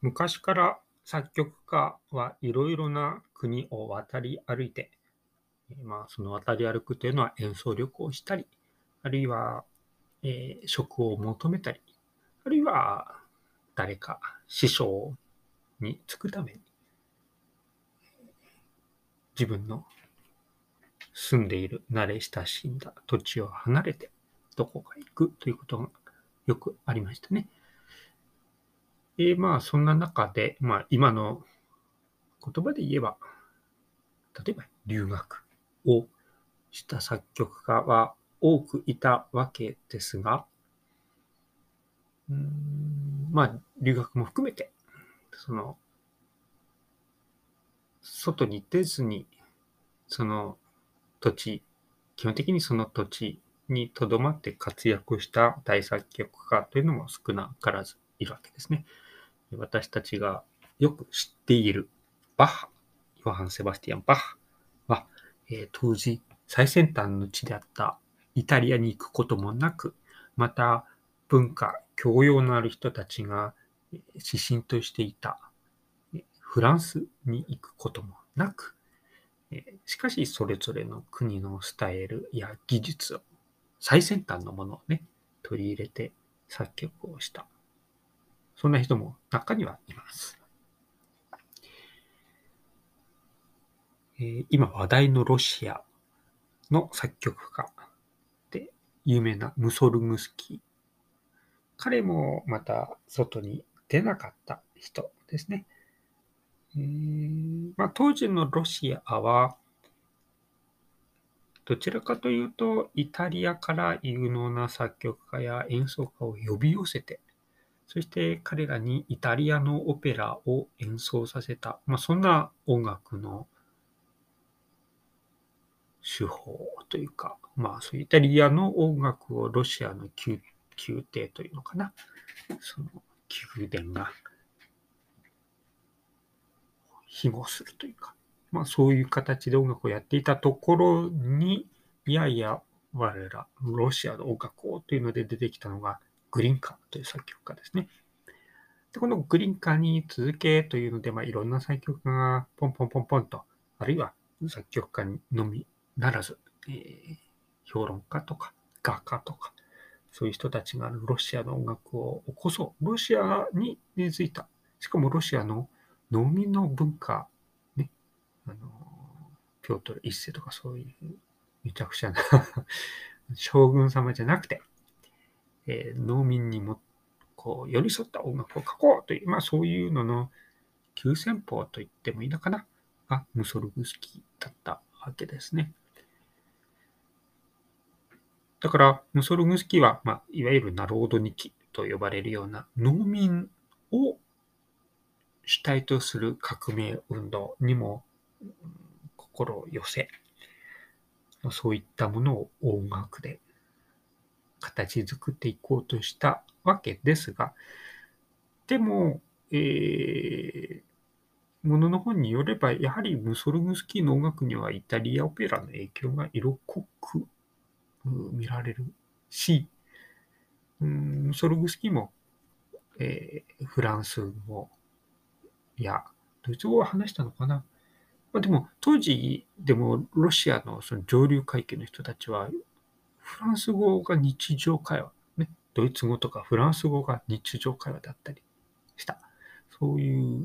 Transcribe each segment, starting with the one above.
昔から作曲家はいろいろな国を渡り歩いて、その渡り歩くというのは演奏旅行をしたり、あるいは、職を求めたり、あるいは誰か師匠につくために自分の住んでいる慣れ親しんだ土地を離れてどこか行くということがよくありましたね。そんな中で、今の言葉で言えば、例えば留学をした作曲家は多くいたわけですが、留学も含めて、その、外に出ずに、その土地、基本的にその土地にとどまって活躍した大作曲家というのも少なからずいるわけですね。私たちがよく知っているバッハ、ヨハン・セバスティアン・バッハは、当時最先端の地であったイタリアに行くこともなく、また文化、教養のある人たちが指針としていたフランスに行くこともなく、しかしそれぞれの国のスタイルや技術を、最先端のものをね、取り入れて作曲をした。そんな人も中にはいます。今話題のロシアの作曲家で有名なムソルグスキー。彼もまた外に出なかった人ですね。当時のロシアはどちらかというとイタリアから有能な作曲家や演奏家を呼び寄せて、そして彼らにイタリアのオペラを演奏させた、そんな音楽の手法というか、そういうイタリアの音楽をロシアの宮廷というのかな。その宮殿が庇護するというか、そういう形で音楽をやっていたところに、いやいや、我らロシアの音楽をというので出てきたのがグリンカーという作曲家ですね。で、このグリンカーに続けというので、いろんな作曲家がポンポンポンポンと、あるいは作曲家のみならず、評論家とか画家とか、そういう人たちがロシアの音楽を起こそう。ロシアに根付いた。しかもロシアの農民の文化、ね、あの、ピョートル一世とかそういうめちゃくちゃな将軍様じゃなくて、農民にもこう寄り添った音楽を書こうという、そういうのの急先鋒と言ってもいいのかな、がムソルグスキーだったわけですね。だから、ムソルグスキーは、いわゆるナロード日記と呼ばれるような農民を主体とする革命運動にも心を寄せ、そういったものを音楽で形作っていこうとしたわけですが、でも、ものの本によれば、やはりムソルグスキーの音楽にはイタリアオペラの影響が色濃く見られるし、ムソルグスキーも、フランス語やドイツ語を話したのかな。でも、当時でもロシアのその上流階級の人たちは、フランス語が日常会話、ね、ドイツ語とかフランス語が日常会話だったりした。そういう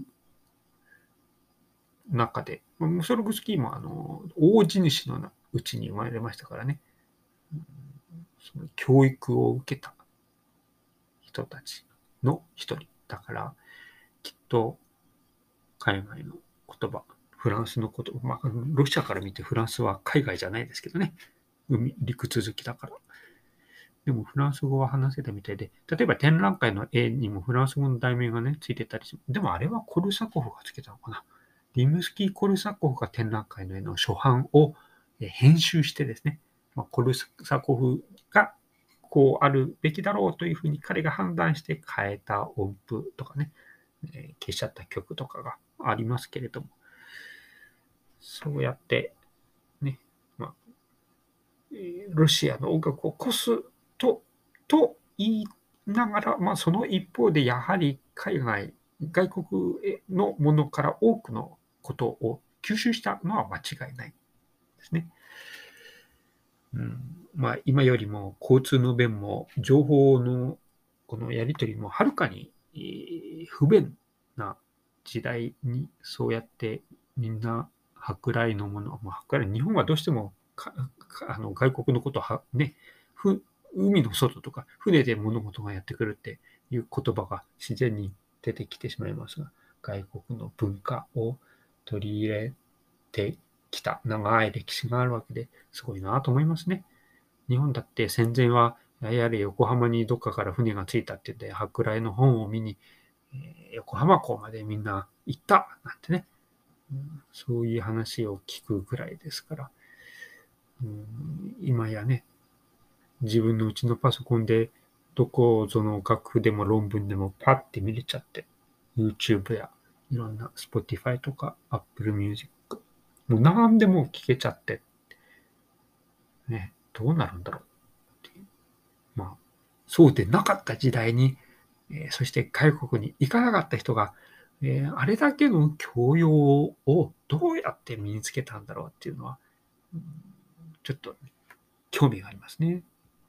中で、ムソルグスキーも大地主のうちに生まれましたからね、その教育を受けた人たちの一人だから、きっと海外の言葉、フランスの言葉、ロシアから見てフランスは海外じゃないですけどね、陸続きだから。でもフランス語は話せたみたいで、例えば展覧会の絵にもフランス語の題名がね、ついてたりする。でもあれはコルサコフがつけたのかな。リムスキー・コルサコフが展覧会の絵の初版を編集してですね、コルサコフがこうあるべきだろうというふうに彼が判断して変えた音符とかね、消しちゃった曲とかがありますけれども、そうやってね、まあ、ロシアの音楽を起こすと言いながら、その一方でやはり海外外国のものから多くのことを吸収したのは間違いないですね。今よりも交通の便も情報のこのやり取りもはるかに不便な時代にそうやってみんな舶来のもの、舶来、日本はどうしても外国のことはね、海の外とか船で物事がやってくるっていう言葉が自然に出てきてしまいますが、外国の文化を取り入れてきた長い歴史があるわけですごいなと思いますね。日本だって戦前は、やはり横浜にどっかから船が着いたって言って、舶来の本を見に、横浜港までみんな行ったなんてね、そういう話を聞くぐらいですから、今やね、自分のうちのパソコンで、どこぞの楽譜でも論文でもパッて見れちゃって、YouTube やいろんな Spotify とか Apple Music、もう何でも聞けちゃって、ね、どうなるんだろうっていう。そうでなかった時代に、そして外国に行かなかった人が、あれだけの教養をどうやって身につけたんだろうっていうのは、ちょっと興味がありますね。